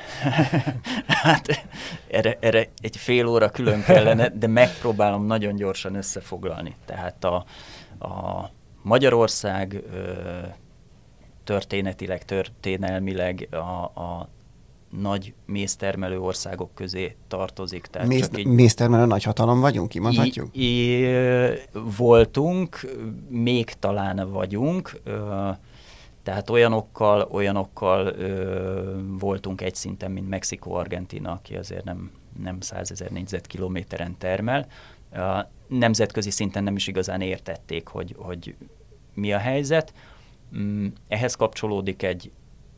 hát erre, erre egy fél óra külön kellene, de megpróbálom nagyon gyorsan összefoglalni. Tehát a, a Magyarország ö, történetileg, történelmileg a, a nagy méztermelő országok közé tartozik. Tehát Méz, csak így, méztermelő nagyhatalom vagyunk, kimondhatjuk? I, i, voltunk, még talán vagyunk, ö, tehát olyanokkal, olyanokkal ö, voltunk egy szinten, mint Mexikó, Argentína, aki azért nem, nem százezer négyzetkilométeren termel. Ö, nemzetközi szinten nem is igazán értették, hogy, hogy mi a helyzet. Mm, ehhez kapcsolódik egy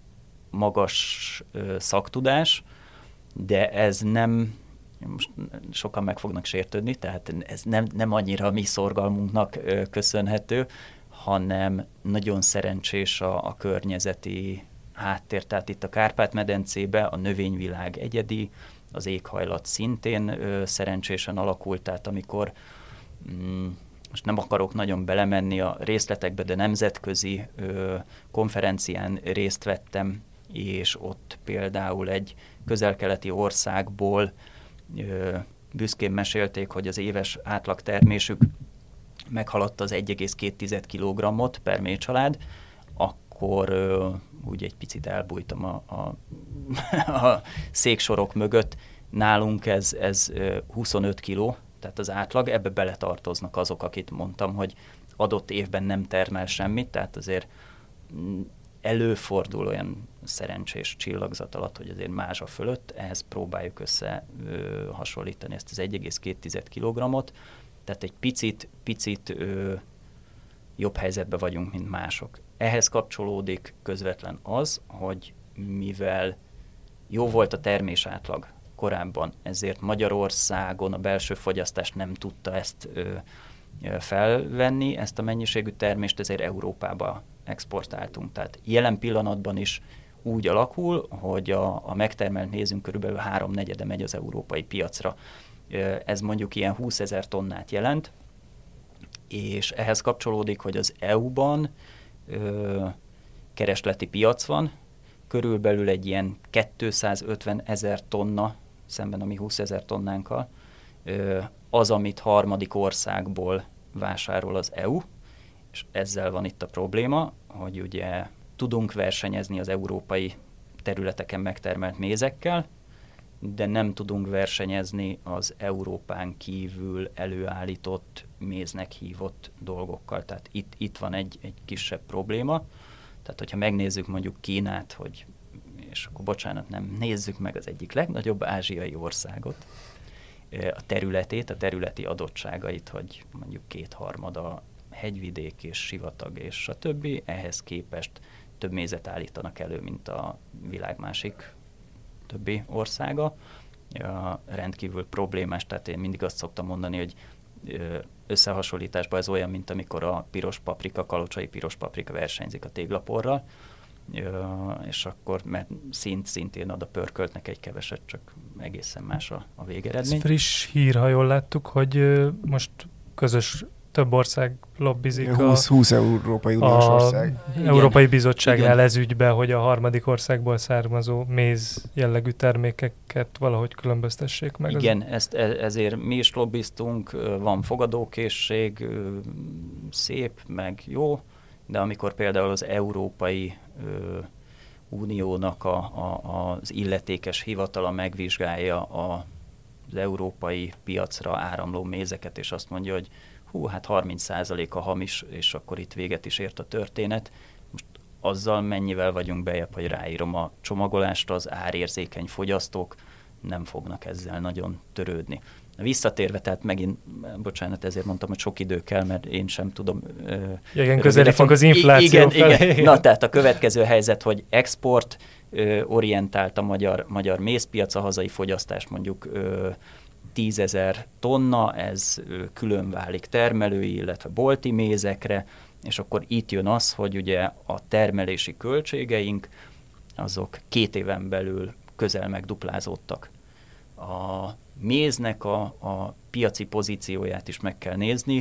magas ö, szaktudás, de ez nem, most sokan meg fognak sértődni, tehát ez nem, nem annyira a mi szorgalmunknak ö, köszönhető, hanem nagyon szerencsés a, a környezeti háttér. Tehát itt a Kárpát-medencébe a növényvilág egyedi, az éghajlat szintén ö, szerencsésen alakult, tehát amikor mm, most nem akarok nagyon belemenni a részletekbe, de nemzetközi ö, konferencián részt vettem, és ott például egy közel-keleti országból ö, büszkén mesélték, hogy az éves átlagtermésük meghaladta az egy egész két kilogrammot per méhcsalád, akkor ö, úgy egy picit elbújtam a, a, a széksorok mögött. Nálunk ez, ez huszonöt kiló, tehát az átlag, ebbe beletartoznak azok, akit mondtam, hogy adott évben nem termel semmit, tehát azért előfordul olyan szerencsés csillagzat alatt, hogy azért mázsa fölött, ehhez próbáljuk össze ö, hasonlítani ezt az egy egész két kilogrammot, tehát egy picit, picit ö, jobb helyzetben vagyunk, mint mások. Ehhez kapcsolódik közvetlen az, hogy mivel jó volt a termés átlag korábban, ezért Magyarországon a belső fogyasztás nem tudta ezt ö, felvenni, ezt a mennyiségű termést, ezért Európába exportáltunk. Tehát jelen pillanatban is úgy alakul, hogy a, a megtermelt mézünk körülbelül háromnegyede megy az európai piacra. Ez mondjuk ilyen húszezer tonnát jelent, és ehhez kapcsolódik, hogy az é u-ban ö, keresleti piac van, körülbelül egy ilyen kétszázötven ezer tonna, szemben a mi húszezer tonnánkkal, ö, az, amit harmadik országból vásárol az é u, és ezzel van itt a probléma, hogy ugye tudunk versenyezni az európai területeken megtermelt mézekkel, de nem tudunk versenyezni az Európán kívül előállított méznek hívott dolgokkal. Tehát itt, itt van egy, egy kisebb probléma. Tehát, hogyha megnézzük mondjuk Kínát, hogy, és akkor bocsánat, nem nézzük meg az egyik legnagyobb ázsiai országot, a területét, a területi adottságait, hogy mondjuk kétharmada hegyvidék és sivatag és stb. Ehhez képest több mézet állítanak elő, mint a világ másik többi országa. Ja, rendkívül problémás, tehát én mindig azt szoktam mondani, hogy összehasonlításban ez olyan, mint amikor a piros paprika, kalocsai piros paprika versenyzik a téglaporral, és akkor, mert szint szintén ad a pörköltnek egy keveset, csak egészen más a, a végeredmény. Ez friss hír, ha jól láttuk, hogy most közös több ország lobbizik húsz, a, húsz Európai Uniós a ország. Európai Bizottságnál Igen. ez ügybe, hogy a harmadik országból származó méz jellegű termékeket valahogy különböztessék meg. Igen, ezt, ezért mi is lobbiztunk, van fogadókészség, szép, meg jó, de amikor például az Európai Uniónak a, a, az illetékes hivatala megvizsgálja a, az európai piacra áramló mézeket, és azt mondja, hogy hú, hát harminc százaléka hamis, és akkor itt véget is ért a történet. Most azzal mennyivel vagyunk bejebb, hogy ráírom a csomagolást, az árérzékeny fogyasztók nem fognak ezzel nagyon törődni. Visszatérve, tehát megint, bocsánat, ezért mondtam, hogy sok idő kell, mert én sem tudom. Ja, igen, közelítünk az infláció igen, felé. Igen. Na, tehát a következő helyzet, hogy export ö, orientált a magyar, magyar mézpiac, a hazai fogyasztás mondjuk ö, tízezer tonna, ez ö, külön válik termelői, illetve bolti mézekre, és akkor itt jön az, hogy ugye a termelési költségeink, azok két éven belül közel megduplázódtak. A méznek a, a piaci pozícióját is meg kell nézni.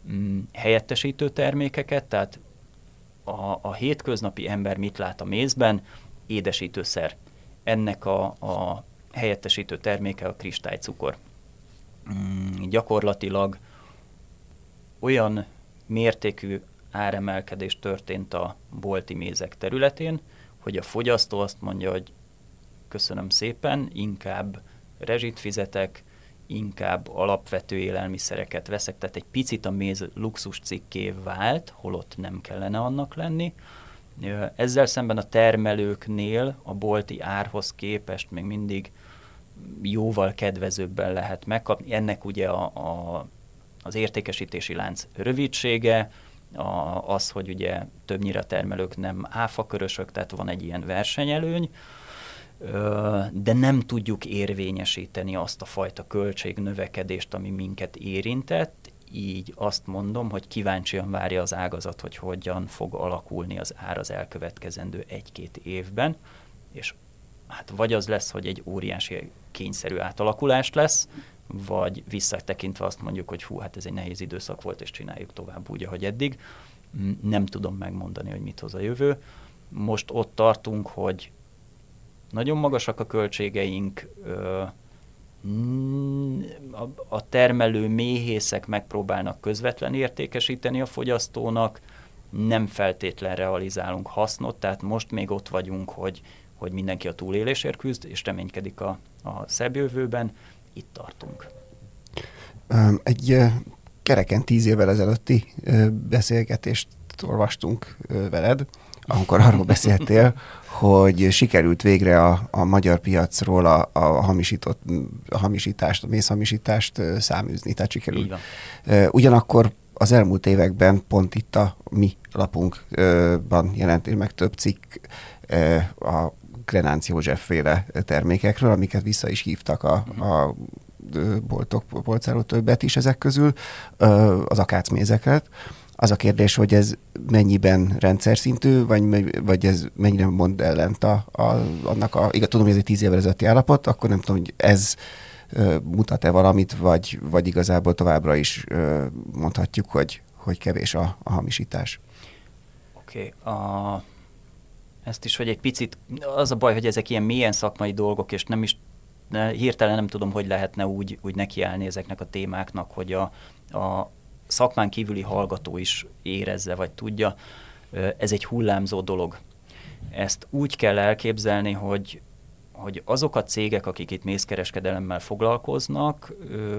mm, helyettesítő termékeket, tehát a, a hétköznapi ember mit lát a mézben? Édesítőszer. Ennek a, a helyettesítő terméke a kristálycukor. Mm, gyakorlatilag olyan mértékű áremelkedés történt a bolti mézek területén, hogy a fogyasztó azt mondja, hogy köszönöm szépen, inkább rezsit fizetek, inkább alapvető élelmiszereket veszek, tehát egy picit a méz luxus cikké vált, holott nem kellene annak lenni. Ezzel szemben a termelőknél a bolti árhoz képest még mindig jóval kedvezőbben lehet megkapni. Ennek ugye a, a, az értékesítési lánc rövidsége, a, az, hogy ugye többnyire a termelők nem áfakörösök, tehát van egy ilyen versenyelőny, de nem tudjuk érvényesíteni azt a fajta költségnövekedést, ami minket érintett, így azt mondom, hogy kíváncsian várja az ágazat, hogy hogyan fog alakulni az ár az elkövetkezendő egy-két évben, és hát vagy az lesz, hogy egy óriási kényszerű átalakulás lesz, vagy visszatekintve azt mondjuk, hogy hú, hát ez egy nehéz időszak volt, és csináljuk tovább úgy, ahogy eddig. Nem tudom megmondani, hogy mit hoz a jövő. Most ott tartunk, hogy nagyon magasak a költségeink, a termelő méhészek megpróbálnak közvetlen értékesíteni a fogyasztónak, nem feltétlen realizálunk hasznot, tehát most még ott vagyunk, hogy, hogy mindenki a túlélésért küzd, és reménykedik a, a szebb jövőben, itt tartunk. Egy kereken tíz évvel ezelőtti beszélgetést olvastunk veled, amikor arról beszéltél, hogy sikerült végre a, a magyar piacról a, a hamisított, a hamisítást, a mézhamisítást száműzni, tehát sikerült. Ugyanakkor az elmúlt években pont itt a mi lapunkban jelentél meg több cikk a Grenánc József féle termékekről, amiket vissza is hívtak a, a boltok, polcáról többet is ezek közül, az akácmézeket. Az a kérdés, hogy ez mennyiben rendszer szintű, vagy, vagy ez mennyire mond ellent a, a, annak a, igaz, tudom, hogy ez egy tíz évvel ezelőtti állapot, akkor nem tudom, hogy ez uh, mutat-e valamit, vagy, vagy igazából továbbra is uh, mondhatjuk, hogy, hogy kevés a, a hamisítás. Oké, okay. Ezt is, hogy egy picit, az a baj, hogy ezek ilyen mélyen szakmai dolgok, és nem is, ne, hirtelen nem tudom, hogy lehetne úgy, úgy nekiállni ezeknek a témáknak, hogy a, a szakmán kívüli hallgató is érezze, vagy tudja, ez egy hullámzó dolog. Ezt úgy kell elképzelni, hogy, hogy azok a cégek, akik itt mézkereskedelemmel foglalkoznak,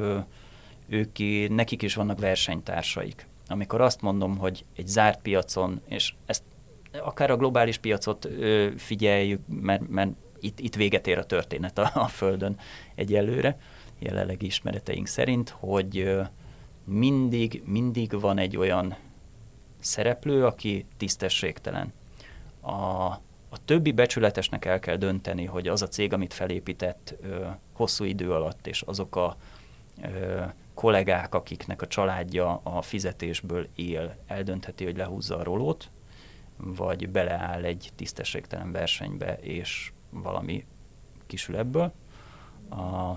ők, nekik is vannak versenytársaik. Amikor azt mondom, hogy egy zárt piacon, és ezt akár a globális piacot figyeljük, mert, mert itt, itt véget ér a történet a, a Földön egyelőre, jelenlegi ismereteink szerint, hogy mindig, mindig van egy olyan szereplő, aki tisztességtelen. A, a többi becsületesnek el kell dönteni, hogy az a cég, amit felépített ö, hosszú idő alatt, és azok a ö, kollégák, akiknek a családja a fizetésből él, eldöntheti, hogy lehúzza a rolót, vagy beleáll egy tisztességtelen versenybe, és valami kisül ebből. A,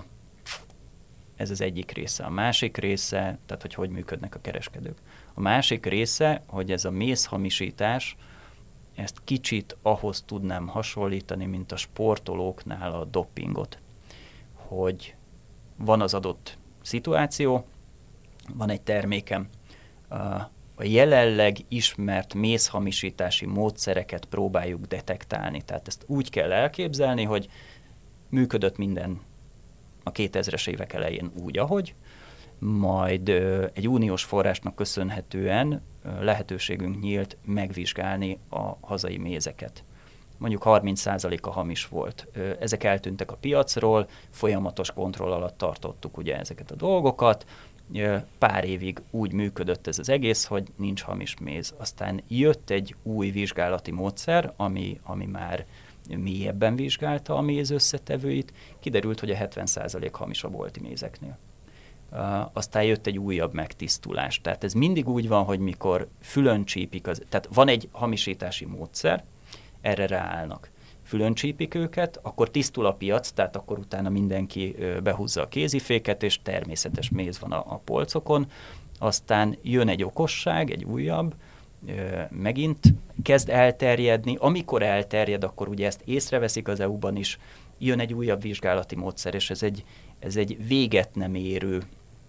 Ez az egyik része. A másik része, tehát hogy hogy működnek a kereskedők. A másik része, hogy ez a mézhamisítás, ezt kicsit ahhoz tudnám hasonlítani, mint a sportolóknál a dopingot. Hogy van az adott szituáció, van egy termékem, a jelenleg ismert mézhamisítási módszereket próbáljuk detektálni. Tehát ezt úgy kell elképzelni, hogy működött minden a kétezres évek elején úgy, ahogy, majd ö, egy uniós forrásnak köszönhetően ö, lehetőségünk nyílt megvizsgálni a hazai mézeket. Mondjuk harminc százaléka hamis volt. Ö, ezek eltűntek a piacról, folyamatos kontroll alatt tartottuk ugye ezeket a dolgokat, ö, pár évig úgy működött ez az egész, hogy nincs hamis méz. Aztán jött egy új vizsgálati módszer, ami, ami már mélyebben vizsgálta a méz összetevőit, kiderült, hogy a hetven százalék hamis a bolti mézeknél. Uh, aztán jött egy újabb megtisztulás. Tehát ez mindig úgy van, hogy mikor fülön csípik, az, tehát van egy hamisítási módszer, erre ráállnak. Fülön csípik őket, akkor tisztul a piac, tehát akkor utána mindenki uh, behúzza a kéziféket, és természetes méz van a, a polcokon. aztán jön egy okosság, egy újabb, megint kezd elterjedni. Amikor elterjed, akkor ugye ezt észreveszik az é u-ban is, jön egy újabb vizsgálati módszer, és ez egy, ez egy véget nem érő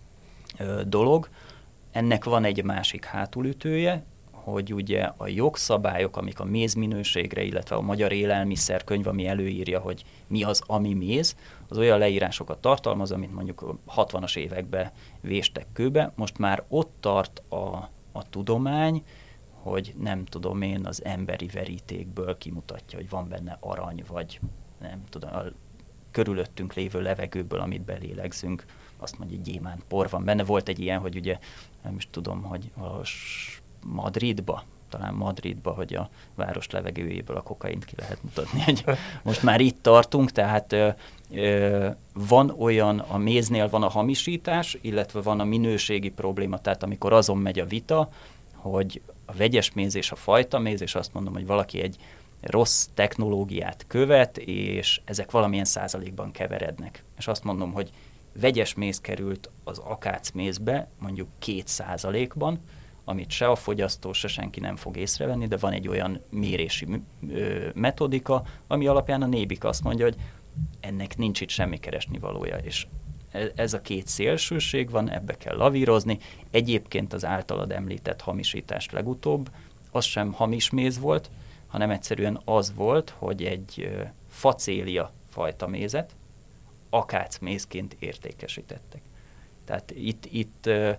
dolog. Ennek van egy másik hátulütője, hogy ugye a jogszabályok, amik a mézminőségre, illetve a Magyar Élelmiszerkönyv, ami előírja, hogy mi az, ami méz, az olyan leírásokat tartalmaz, amit mondjuk a hatvanas években véstek kőbe. Most már ott tart a, a tudomány, hogy nem tudom én, az emberi verítékből kimutatja, hogy van benne arany, vagy nem tudom, a körülöttünk lévő levegőből, amit belélegzünk, azt mondja, hogy gyémánt por van benne. Volt egy ilyen, hogy ugye nem is tudom, hogy a Madridba, talán Madridba, hogy a város levegőjéből a kokaint ki lehet mutatni. Hogy most már itt tartunk, tehát ö, ö, van olyan, a méznél van a hamisítás, illetve van a minőségi probléma, tehát amikor azon megy a vita, hogy a vegyes méz és a fajta méz, és azt mondom, hogy valaki egy rossz technológiát követ, és ezek valamilyen százalékban keverednek. És azt mondom, hogy vegyes méz került az akácmézbe, mondjuk két százalékban, amit se a fogyasztó, se senki nem fog észrevenni, de van egy olyan mérési metodika, ami alapján a nébik azt mondja, hogy ennek nincs itt semmi keresnivalója, és ez a két szélsőség van, ebbe kell lavírozni. Egyébként az általad említett hamisítást legutóbb, az sem hamis méz volt, hanem egyszerűen az volt, hogy egy facélia fajta mézet akácmézként értékesítettek. Tehát itt, itt ö,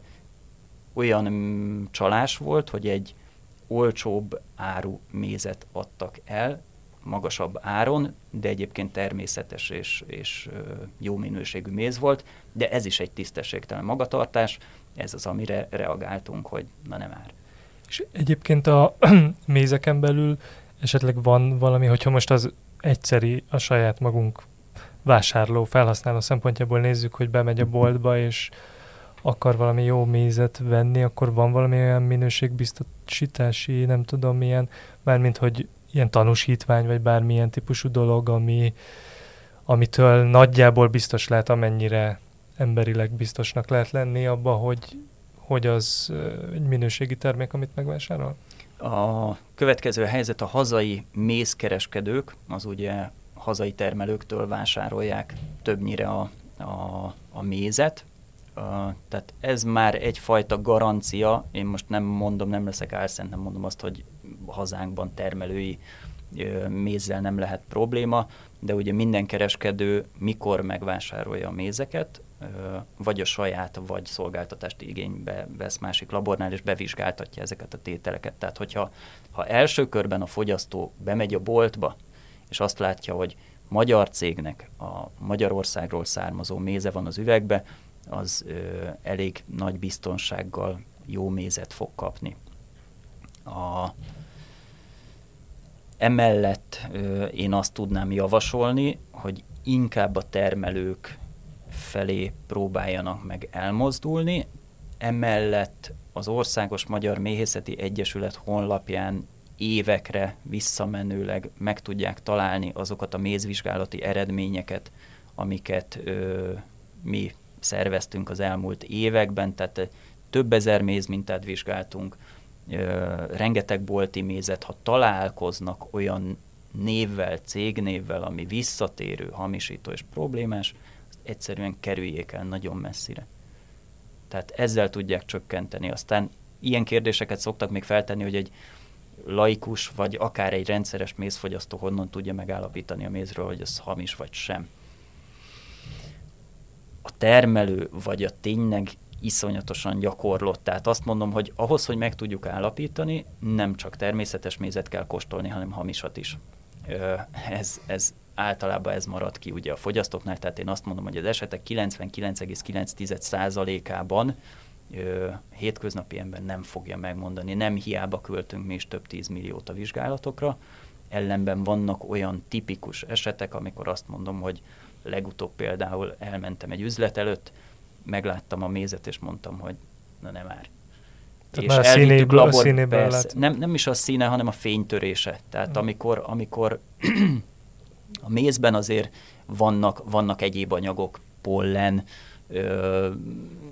olyan csalás volt, hogy egy olcsóbb áru mézet adtak el, magasabb áron, de egyébként természetes és, és ö, jó minőségű méz volt, de ez is egy tisztességtelen magatartás, ez az, amire reagáltunk, hogy na nem ár. És egyébként a mézeken belül esetleg van valami, hogyha most az egyszeri a saját magunk vásárló, felhasználó szempontjából nézzük, hogy bemegy a boltba, és akar valami jó mézet venni, akkor van valami olyan minőségbiztosítási, nem tudom milyen, mármint, hogy ilyen tanúsítvány, vagy bármilyen típusú dolog, ami, amitől nagyjából biztos lehet, amennyire emberileg biztosnak lehet lenni abba, hogy, hogy az egy minőségi termék, amit megvásárol? A következő helyzet, a hazai mézkereskedők, az ugye hazai termelőktől vásárolják többnyire a, a, a mézet. Uh, tehát ez már egyfajta garancia, én most nem mondom, nem leszek álszent, nem mondom azt, hogy hazánkban termelői uh, mézzel nem lehet probléma, de ugye minden kereskedő mikor megvásárolja a mézeket, uh, vagy a saját, vagy szolgáltatást igénybe vesz másik labornál, és bevizsgáltatja ezeket a tételeket. Tehát hogyha ha első körben a fogyasztó bemegy a boltba, és azt látja, hogy magyar cégnek a Magyarországról származó méze van az üvegbe, az ö, elég nagy biztonsággal jó mézet fog kapni. A, emellett ö, én azt tudnám javasolni, hogy inkább a termelők felé próbáljanak meg elmozdulni, emellett az Országos Magyar Méhészeti Egyesület honlapján évekre visszamenőleg meg tudják találni azokat a mézvizsgálati eredményeket, amiket ö, mi szerveztünk az elmúlt években, tehát több ezer mézmintát vizsgáltunk, ö, rengeteg bolti mézet, ha találkoznak olyan névvel, cégnévvel, ami visszatérő, hamisító és problémás, egyszerűen kerüljék el nagyon messzire. Tehát ezzel tudják csökkenteni. Aztán ilyen kérdéseket szoktak még feltenni, hogy egy laikus, vagy akár egy rendszeres mézfogyasztó honnan tudja megállapítani a mézről, hogy ez hamis vagy sem. A termelő, vagy a tényleg iszonyatosan gyakorlott. Tehát azt mondom, hogy ahhoz, hogy meg tudjuk állapítani, nem csak természetes mézet kell kóstolni, hanem hamisat is. Ez, ez általában ez marad ki ugye a fogyasztóknál, tehát én azt mondom, hogy az esetek kilencvenkilenc egész kilenc százalékában Ö, hétköznapi ember nem fogja megmondani. Nem hiába költünk mi is több tízmilliót a vizsgálatokra, ellenben vannak olyan tipikus esetek, amikor azt mondom, hogy legutóbb például elmentem egy üzlet előtt, megláttam a mézet, és mondtam, hogy na nem már. És elvittük labor, nem, nem is a színe, hanem a fénytörése. Tehát hmm. amikor, amikor a mézben azért vannak, vannak egyéb anyagok, pollen, ö,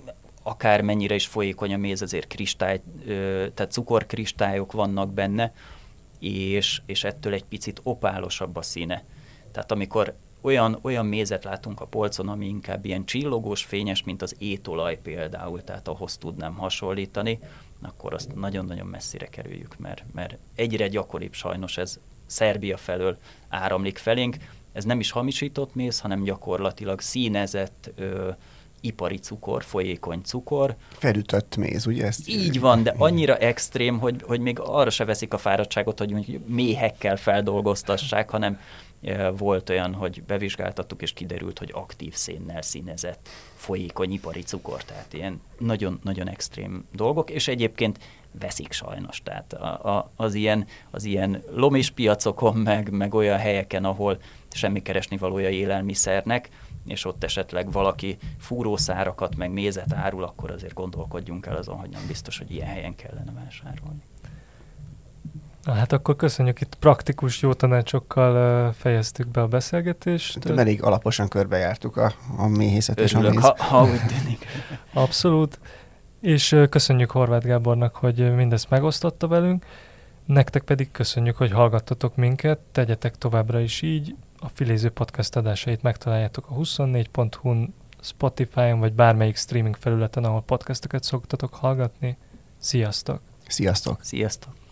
akármennyire is folyékony a méz, azért kristály, tehát cukorkristályok vannak benne, és, és ettől egy picit opálosabb a színe. Tehát amikor olyan, olyan mézet látunk a polcon, ami inkább ilyen csillogós, fényes, mint az étolaj például, tehát ahhoz tudnám hasonlítani, akkor azt nagyon-nagyon messzire kerüljük, mert, mert egyre gyakoribb sajnos ez Szerbia felől áramlik felénk. Ez nem is hamisított méz, hanem gyakorlatilag színezett ö, ipari cukor, folyékony cukor. Felütött méz, ugye? Ezt Így van, de annyira extrém, hogy, hogy még arra se veszik a fáradtságot, hogy mondjuk méhekkel feldolgoztassák, hanem e, volt olyan, hogy bevizsgáltattuk, és kiderült, hogy aktív szénnel színezett folyékony ipari cukor, tehát ilyen nagyon-nagyon extrém dolgok, és egyébként veszik sajnos, tehát a, a, az, ilyen, az ilyen lomis piacokon, meg, meg olyan helyeken, ahol semmi keresnivalója élelmiszernek, és ott esetleg valaki fúrószárakat, meg mézet árul, akkor azért gondolkodjunk el azon, hogy nem biztos, hogy ilyen helyen kellene vásárolni. Na, hát akkor köszönjük, itt praktikus jó tanácsokkal uh, fejeztük be a beszélgetést. De elég alaposan körbejártuk a, a méhészet és a Örülök, méz. ha, ha úgy tűnik. Abszolút. És uh, köszönjük Horváth Gábornak, hogy mindezt megosztotta velünk. Nektek pedig köszönjük, hogy hallgattatok minket. Tegyetek továbbra is így. A Filéző Podcast adásait megtaláljátok a huszonnégy pont hu-n, Spotify-on, vagy bármelyik streaming felületen, ahol podcasteket szoktatok hallgatni. Sziasztok! Sziasztok! Sziasztok!